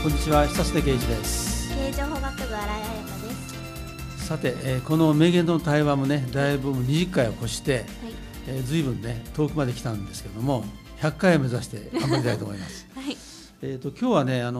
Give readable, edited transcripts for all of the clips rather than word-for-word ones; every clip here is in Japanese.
こんにちは、久須圭一です。 経営情報学部新井彩香です。 さて、この名言との対話もね、だいぶ20回を越して、ずいぶんね遠くまで来たんですけども、100回を目指して頑張りたいと思います。 はい、 今日はね、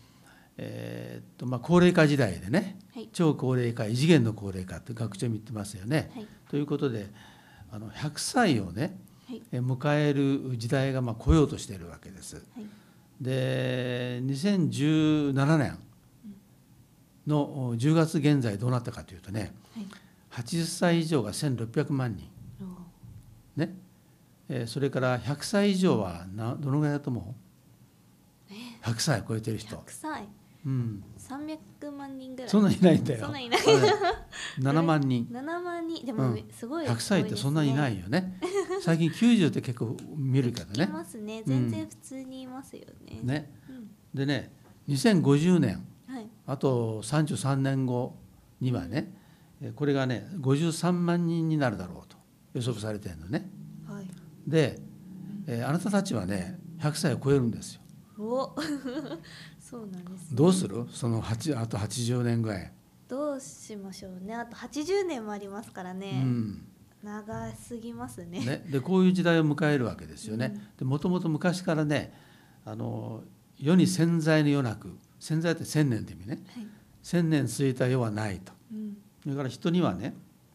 高齢化時代でね、 はい、 超高齢化、異次元の高齢化って学長も言ってますよね。 はい、とということで、100歳をね、 はい、 迎える時代が来ようとしているわけです。 はい、 で、2017年の10月現在どうなったかというとね、 はい、 80歳以上が1600万人、ね、それから100歳以上はどのぐらいだと思う？100歳超えてる人。 100歳、 うん、 300万人ぐらい。 そんなにいないんだよ。 そんなにいない。 7万人。 7万人、でもすごい、 100歳ってそんなにいないよね。最近90って結構見るけどね。 聞きますね。全然普通にいますよね。 ね。でね、2050年、 はい、 あと33年後にはね、これがね53万人になるだろうと予測されてるのね。 はい、 で、あなたたちはね100歳を超えるんですよ。 おそうなんですね。 どうする？そのあと80年ぐらい。 どうしましょうね。あと80年もありますからね。長すぎますね。 でこういう時代を迎えるわけですよね。でもともと昔からね、世に千載の世なく、千載って千年って意味ね、はい、千年続いた世はないと、それから人にはね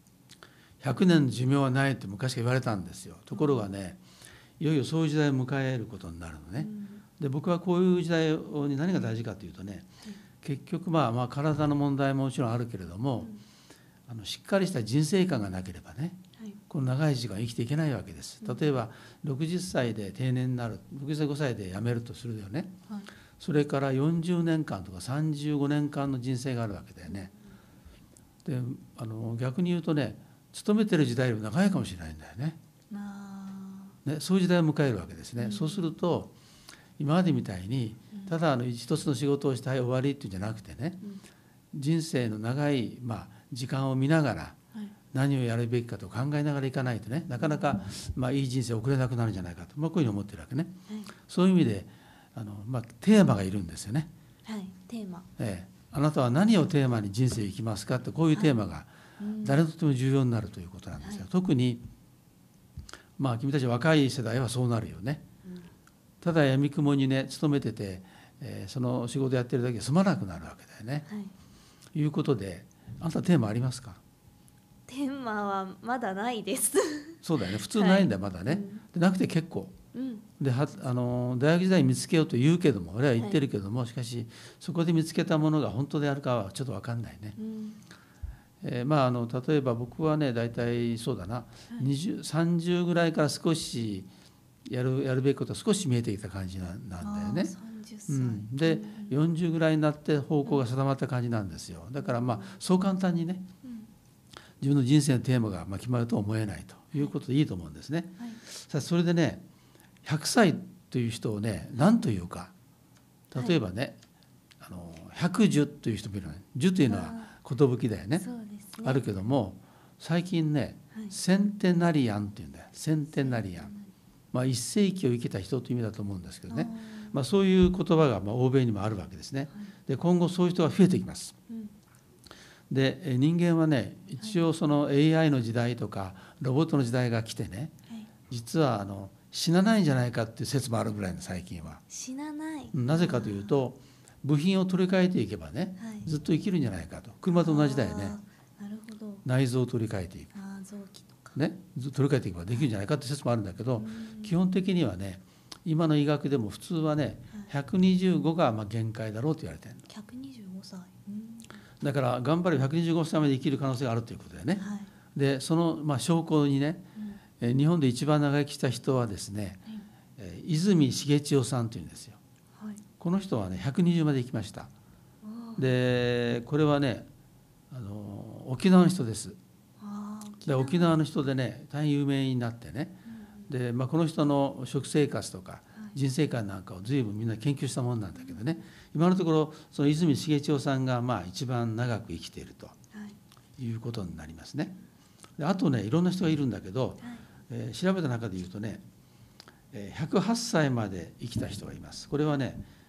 100年の寿命はないって昔から言われたんですよ。ところがね、いよいよそういう時代を迎えることになるのね。で僕はこういう時代に何が大事かというとね、結局体の問題ももちろんあるけれども、しっかりした人生観がなければね、この長い時間生きていけないわけです。例えば60歳で定年になる、65歳で辞めるとするよね、それから40年間とか35年間の人生があるわけだよね。で逆に言うとね、勤めてる時代より長いかもしれないんだよね。そういう時代を迎えるわけですね。そうすると今までみたいにただ一つの仕事をして終わりっていうんじゃなくてね、人生の長い時間を見ながら何をやるべきかと考えながらいかないとね、なかなかいい人生を送れなくなるんじゃないかと、こういうふうに思ってるわけね。そういう意味でテーマがいるんですよね。 はい、テーマ。 あなたは何をテーマに人生を生きますかって、こういうテーマが誰にとっても重要になるということなんですよ。特に君たち若い世代はそうなるよね。ただやみくもにね勤めてて、その仕事やってるだけで済まなくなるわけだよね。いうことで、あなたテーマありますか？ テーマはまだないです。 そうだよね、普通ないんだよ、まだね。でなくて結構。で大学時代に見つけようと言うけども、俺は言ってるけども、しかしそこで見つけたものが本当であるかはちょっと分かんないね。例えば僕はね、大体そうだな、30ぐらいから少しやるべきことが少し見えてきた感じなんだよね。で40ぐらいになって方向が定まった感じなんですよ。だからそう簡単にね、自分の人生のテーマが決まるとは思えないということでいいと思うんですね。それでね、100歳という人をね何というか、例えばね、110という人もいるのね。10というのは寿だよね。あるけども最近ね、センテナリアンっていうんだよ。センテナリアン、1世紀を生きた人という意味だと思うんですけどね、そういう言葉が欧米にもあるわけですね。で今後そういう人が増えてきます。で人間はね、一応その AI の時代とかロボットの時代が来てね、実は死なないんじゃないかっていう説もあるぐらいの、最近は。 死なない。 なぜかというと、部品を取り替えていけばね、ずっと生きるんじゃないかと。車と同じだよね。 なるほど。 内臓を取り替えていく。 臓器とかね、取り替えていけばできるんじゃないかって説もあるんだけど、基本的にはね、今の医学でも普通はね、125が限界だろうと言われてるの。 125歳。 だから頑張れば125歳まで生きる可能性があるということだよね。でその証拠にね、日本で一番長生きした人はですね、泉重千代さんというんですよ。この人はね120まで生きました。でこれはね沖縄の人です。で沖縄の人でね大変有名になってね、で、この人の食生活とか人生観なんかを随分みんな研究したもんなんだけどね、今のところその泉重千代さんが一番長く生きているということになりますね。であとねいろんな人がいるんだけど、調べた中でいうとね108歳まで生きた人がいます。これはね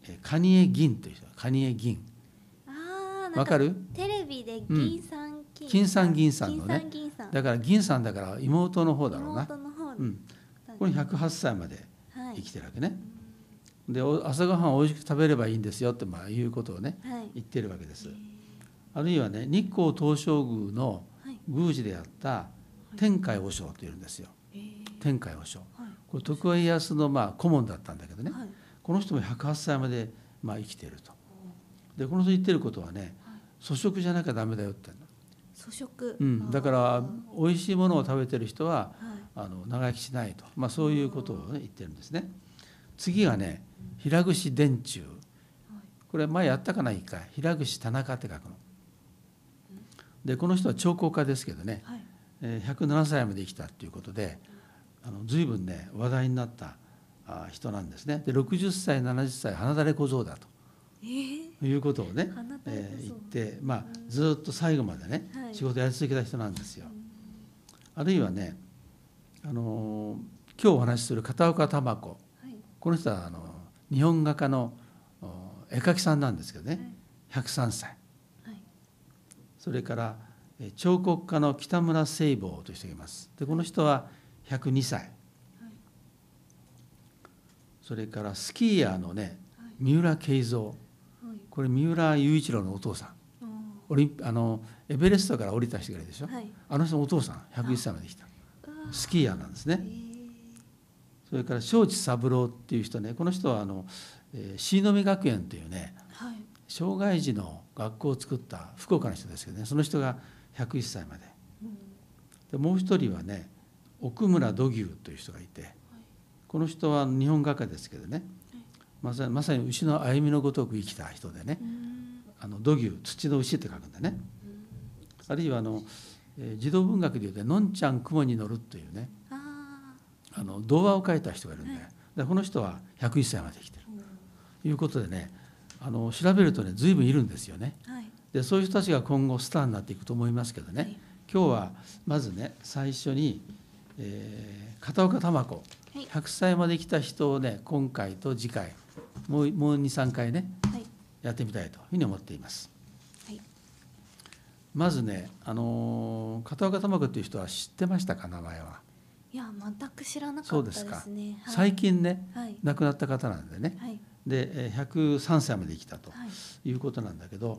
蟹江銀という人、蟹江銀。わかる？ テレビで銀さん、 金さん銀さんのね。だから銀さんだから妹の方だろうな。 妹の方。 これ108歳まで生きてるわけね。で朝ごはんをおいしく食べればいいんですよっていうことをね、言ってるわけです。あるいはね、日光東照宮の宮司であった天海和尚というんですよ。天海和尚。これ徳川家康の顧問だったんだけどね、この人も108歳まで生きていると。でこの人言ってることはね、粗食じゃなきゃダメだよって言うの。 粗食。 だから美味しいものを食べてる人は長生きしないと、そういうことを、言ってるんですね。次がね、平櫛伝中。これ前やったかな、一回。平櫛田中って書くの。でこの人は彫刻家ですけどね、107歳まで生きたということで、随分ね話題になった人なんですね。で60歳70歳花垂れ小僧だということをね、言って、ずっと最後までね、仕事やり続けた人なんですよ。あるいはね、今日お話しする片岡珠子、この人は日本画家の絵描きさんなんですけどね、103歳。それから彫刻家の北村清坊という人がいます。でこの人は102歳。それからスキーヤーのね、三浦慶三、これ三浦雄一郎のお父さん、エベレストから降りた人がいるでしょ、あの人のお父さん101歳まで来たスキーヤーなんですね。それから庄司三郎っていう人ね、この人は椎の実学園というね、障害児の学校を作った福岡の人ですけどね、その人が101歳まで。でもう一人はね、奥村土牛という人がいて、この人は日本画家ですけどね、まさに牛の歩みのごとく生きた人でね、土牛、土の牛って書くんだね。あるいは児童文学でいうと「のんちゃん雲に乗る」というね、童話を書いた人がいるんだよ。でこの人は101歳まで生きてるということでね、調べるとね随分いるんですよね。でそういう人たちが今後スターになっていくと思いますけどね、今日はまずね最初に、片岡珠子、100歳まで生きた人をね、今回と次回もう2、3回ね、やってみたいというふうに思っています。まずね、片岡珠子という人は知ってましたか、名前は。 いや全く知らなかったですね。 そうですか。最近ね、亡くなった方なんでね、で103歳まで生きたということなんだけど、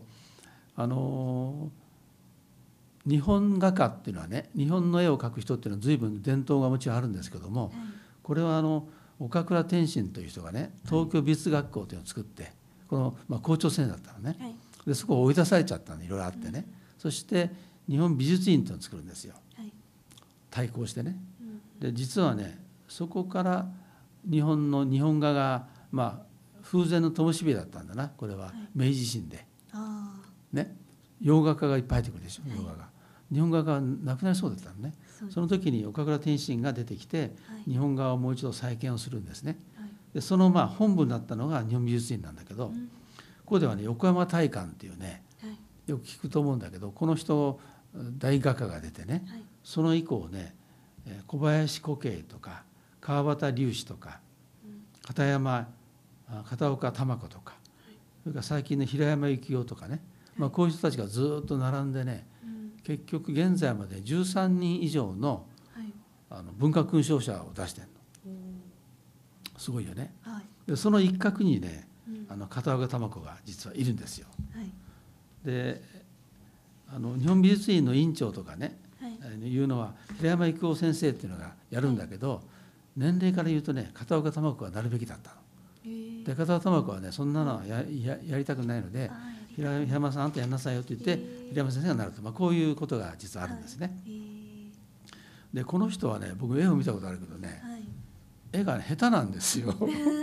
日本画家っていうのはね、日本の絵を描く人っていうのは随分伝統がもちろんあるんですけども、これは岡倉天心という人がね、東京美術学校というのを作って、この、校長先生だったのね、でそこを追い出されちゃったの、いろいろあってね、そして日本美術院というのを作るんですよ、対抗してね。で実はね、そこから日本画が、風前の灯火だったんだな、これは明治維新で、ね、洋画家がいっぱい入ってくるでしょ、洋画が。日本画がなくなりそうだったのね。その時に岡倉天心が出てきて、日本画をもう一度再建をするんですね。でその本部になったのが日本美術院なんだけど、ここではね、横山大観っていうね、よく聞くと思うんだけど、この人大画家が出てね、その以降ね、小林古径とか川端龍子とか片岡珠子とか、それから最近の平山幸夫とかね、こういう人たちがずっと並んでね、結局現在まで13人以上の文化勲章者を出してるの。すごいよね。でその一角にね、片岡珠子が実はいるんですよ。で日本美術院の院長とかね、いうのは平山郁夫先生っていうのがやるんだけど、年齢から言うとね、片岡珠子がなるべきだったの。で片岡珠子はね、そんなのは やりたくないので、平山さんあんたやんなさいよって言って平山先生がなると、こういうことが実はあるんですね。でこの人はね、僕絵を見たことあるけどね、絵が下手なんですよ。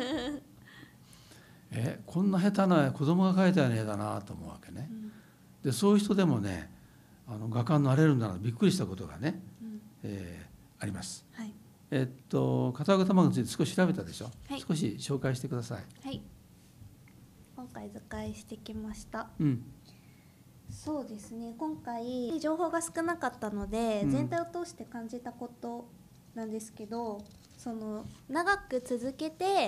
こんな下手な子供が描いたような絵だなと思うわけね。でそういう人でもね、画家になれるんだなとびっくりしたことがね、あります。片岡珠子について少し調べたでしょ、少し紹介してください。 今回図解してきました。そうですね、今回情報が少なかったので、全体を通して感じたことなんですけど、その長く続けて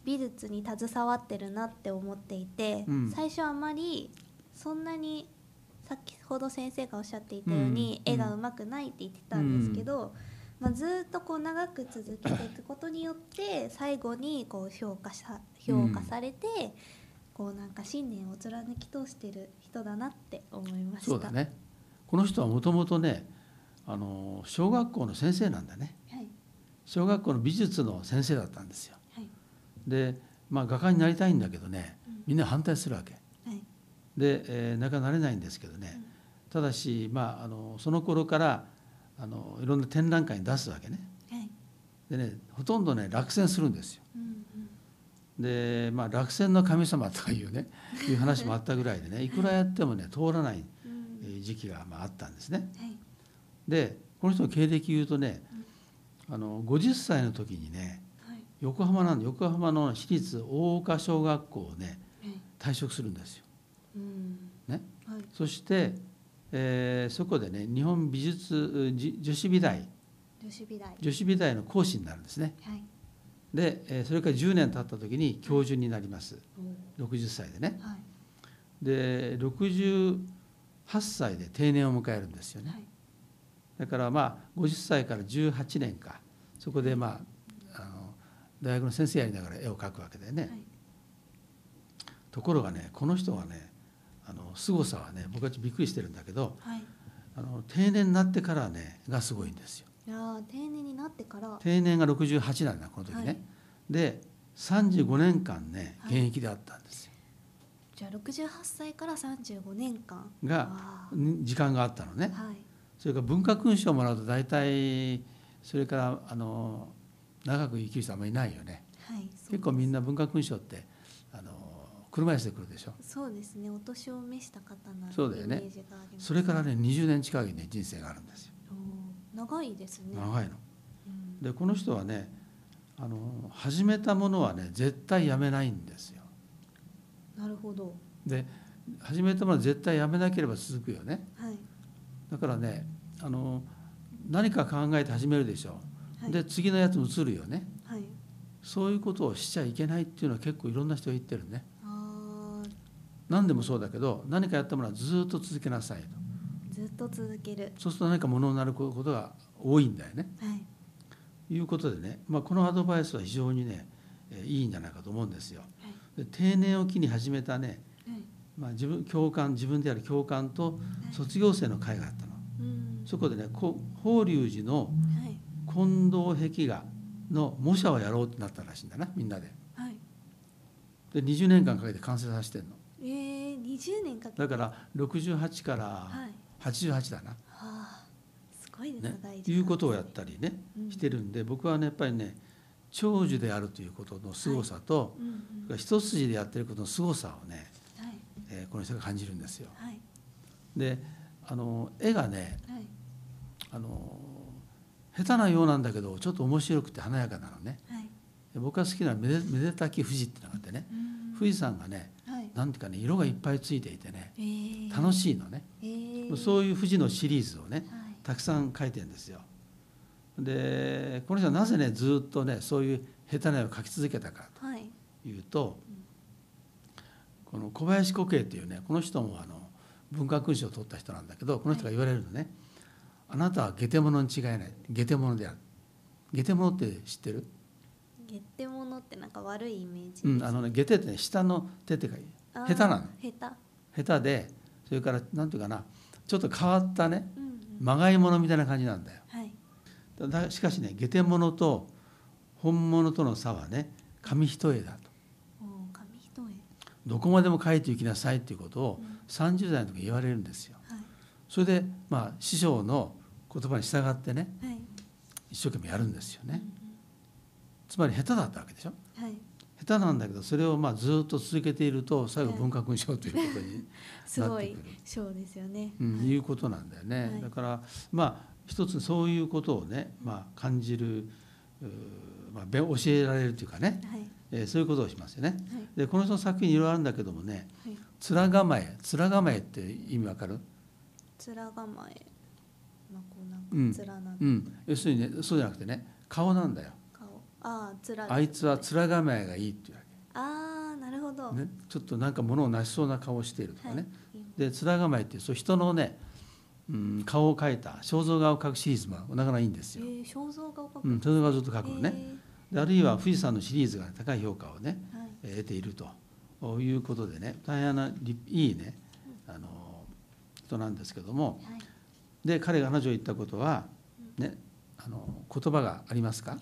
美術に携わってるなって思っていて、最初あまりそんなに先ほど先生がおっしゃっていたように、絵がうまくないって言ってたんですけど、ずっとこう長く続けていくことによって最後にこう評価されて、こうなんか信念を貫き通してる人だなって思いました。 そうだね。この人はもともとね、小学校の先生なんだね。はい、小学校の美術の先生だったんですよ。はい、で、画家になりたいんだけどね、みんな反対するわけ。はい、で、なかなかなれないんですけどね。ただし、その頃からいろんな展覧会に出すわけね。はい、でね、ほとんどね落選するんですよ。で、落選の神様とかいうねいう話もあったぐらいでね、いくらやってもね通らない時期があったんですね。はい、でこの人の経歴言うとね、50歳の時にね、はい、横浜の私立大岡小学校をね退職するんですよ。ね、はい、そして、そこでね日本美術女子美大の講師になるんですね。はい、でそれから10年経った時に教授になります。60歳でね。はい、で68歳で定年を迎えるんですよね。はい、だから50歳から18年かそこで大学の先生やりながら絵を描くわけでね。はい、ところがねこの人はね凄さはね僕はびっくりしてるんだけど、はい、定年になってからねがすごいんですよ。 いや定年になってから。 定年が68なんだこの時ね。はい、で35年間ね現役であったんですよ。 じゃあ68歳から35年間が時間があったのね。はい、それから文化勲章をもらうと大体それから長く生きる人はあんまりいないよね。はい、結構みんな文化勲章って車椅子で来るでしょ。 そうですね。お年を召した方なのイメージがあります。それからね20年近いね人生があるんですよ。 長いですね。 長いの。でこの人はね始めたものはね絶対やめないんですよ。 なるほど。 で始めたものは絶対やめなければ続くよね。はい、だからね何か考えて始めるでしょ。はい、で次のやつ移るよね。はい、そういうことをしちゃいけないっていうのは結構いろんな人が言ってるね。何でもそうだけど何かやったものはずっと続けなさいと。 ずっと続ける。 そうすると何かものになることが多いんだよね。はい、いうことでね、このアドバイスは非常にねいいんじゃないかと思うんですよ。はい、で定年を機に始めたね、はい、自分である教官と卒業生の会があったの。はい、そこでね法隆寺の金堂壁画の模写をやろうってなったらしいんだなみんなで。はい、で20年間かけて完成させてんの。 20年かけて。 だから68から88だな。 すごいですね。 いうことをやったりね、してるんで僕はねやっぱりね長寿であるということの凄さと、一筋でやってることの凄さをね、この人が感じるんですよ。はい、で絵がね、はい、下手なようなんだけどちょっと面白くて華やかなのね。はい、僕が好きなめでたき富士っていうのがあってね、富士山がね、なんていうかね色がいっぱいついていてね、楽しいのね。そういう富士のシリーズをね、たくさん描いてるんですよ。でこの人はなぜねずっとねそういう下手な絵を描き続けたかというと、この小林古径っていうねこの人も文化勲章を取った人なんだけどこの人が言われるのね、あなたは下手者に違いない、下手者である。下手者って知ってる？ 下手者ってなんか悪いイメージです。 下手ってね下の手ってか下手なの。下手でそれからなんていうかなちょっと変わったね、まがいものみたいな感じなんだよ。はい、しかしね下手者と本物との差はね紙一重だと。 紙一重。 どこまでも描いていきなさいっていうことを30代の時言われるんですよ。はい、それで師匠の言葉に従ってね、はい、一生懸命やるんですよね。つまり下手だったわけでしょ。はい、下手なんだけどそれをずっと続けていると最後文化勲章ということになってくる。 すごい賞ですよね。 いうことなんだよね。はい、だから一つそういうことをね、感じる、教えられるというかね、はい、そういうことをしますよね。はい、でこの人の作品いろいろあるんだけどもね、はい、面構えって意味わかる？ 面構え、こうなんか面なんだ。 要するにねそうじゃなくてね顔なんだよ。 あいつは面構えがいいっていうわけ。 なるほど、 ね、ちょっとなんか物を成しそうな顔をしているとかね、で面構えってそう人のね、顔を描いた肖像画を描くシリーズもなかなかいいんですよ。 肖像画を描く、 肖像画をずっと描くのね。であるいは富士山のシリーズが高い評価をね、得ているということでね、大変いいね人なんですけども、で彼女が言ったことはね、言葉がありますか？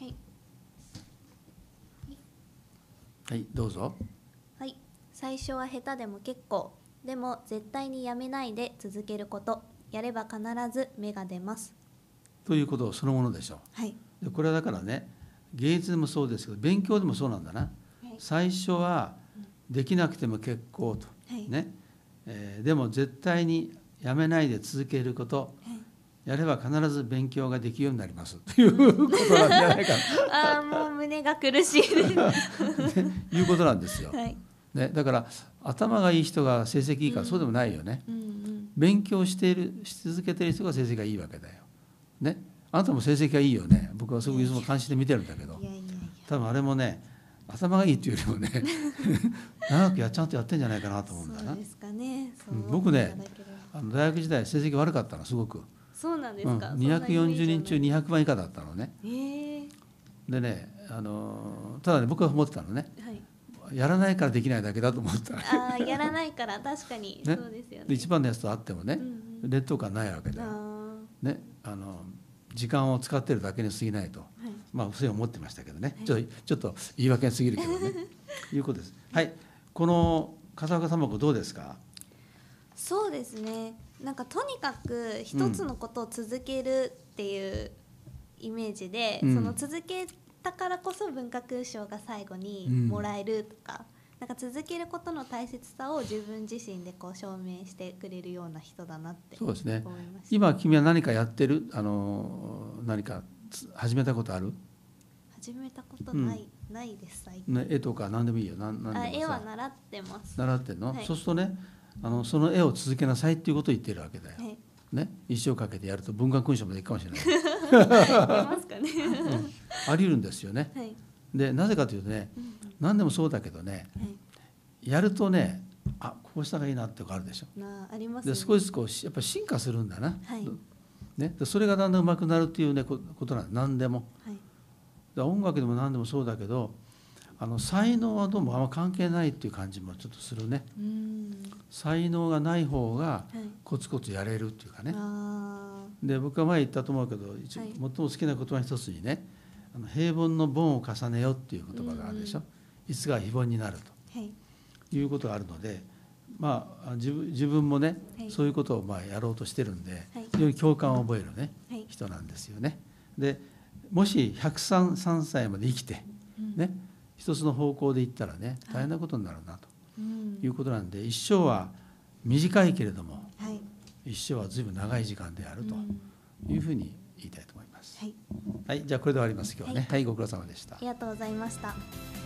はい、どうぞ。 はい、最初は下手でも結構、でも絶対にやめないで続けること、やれば必ず芽が出ます。 ということそのものでしょう。 はい、 でこれはだからね、芸術でもそうですけど、勉強でもそうなんだな。最初はできなくても結構と、ね、でも絶対にやめないで続けること、やれば必ず勉強ができるようになりますということなんじゃないかな。 もう胸が苦しいいうことなんですよ。ね、だから頭がいい人が成績いいか、そうでもないよね。勉強し続けている人が成績がいいわけだよ。ね、あなたも成績がいいよね。僕はすごくいつも関心で見てるんだけど、多分あれもね、頭がいいっていうよりもね長くちゃんとやってんじゃないかなと思うんだな。僕ね、大学時代成績悪かったの、すごく。 そうなんですか。 240人中200番以下だったのね。でね、ただね、僕は思ってたのね、やらないからできないだけだと思ってた。 やらないから、確かにそうですよね。 一番のやつとあってもね、劣等感ないわけで、ね、時間を使ってるだけに過ぎないと、そういう思ってましたけどね、ちょっと言い訳に過ぎるけどねいうことです。はい、この笠岡様どうですか？ そうですね、なんかとにかく一つのことを続けるっていうイメージで、その続けたからこそ文化勲章が最後にもらえるとか、なんか続けることの大切さを自分自身でこう証明してくれるような人だなって思いました。そうですね。 今君は何かやってる？何か始めたことある？ 始めたことないです最近。 絵とか何でもいいよ。 絵は習ってます。 習ってんの？そうするとね、その絵を続けなさいっていうことを言ってるわけだよ。ね、一生かけてやると文化勲章までいくかもしれない。 ますかね。 あり得るんですよね。でなぜかというとね、何でもそうだけどね、やるとね、こうしたらいいなってことあるでしょ。 ありますね。 で少しずつこうやっぱり進化するんだな。ね、それがだんだん上手くなるっていうねことなんです。何でも。音楽でも何でもそうだけど、才能はどうもあんま関係ないっていう感じもちょっとするね。才能がない方がコツコツやれるっていうかね。で僕は前言ったと思うけど、最も好きな言葉の一つにね、平凡の凡を重ねよっていう言葉があるでしょ。いつか非凡になるということがあるので、自分もね、そういうことをやろうとしてるんで、非常に共感を覚えるね、人なんですよね。でもし103歳まで生きてね、一つの方向でいったらね、大変なことになるなということなんで、一生は短いけれども、一生は随分長い時間であるというふうに言いたいと思います。はい、じゃあこれで終わります今日はね。はい、ご苦労様でした。 ありがとうございました。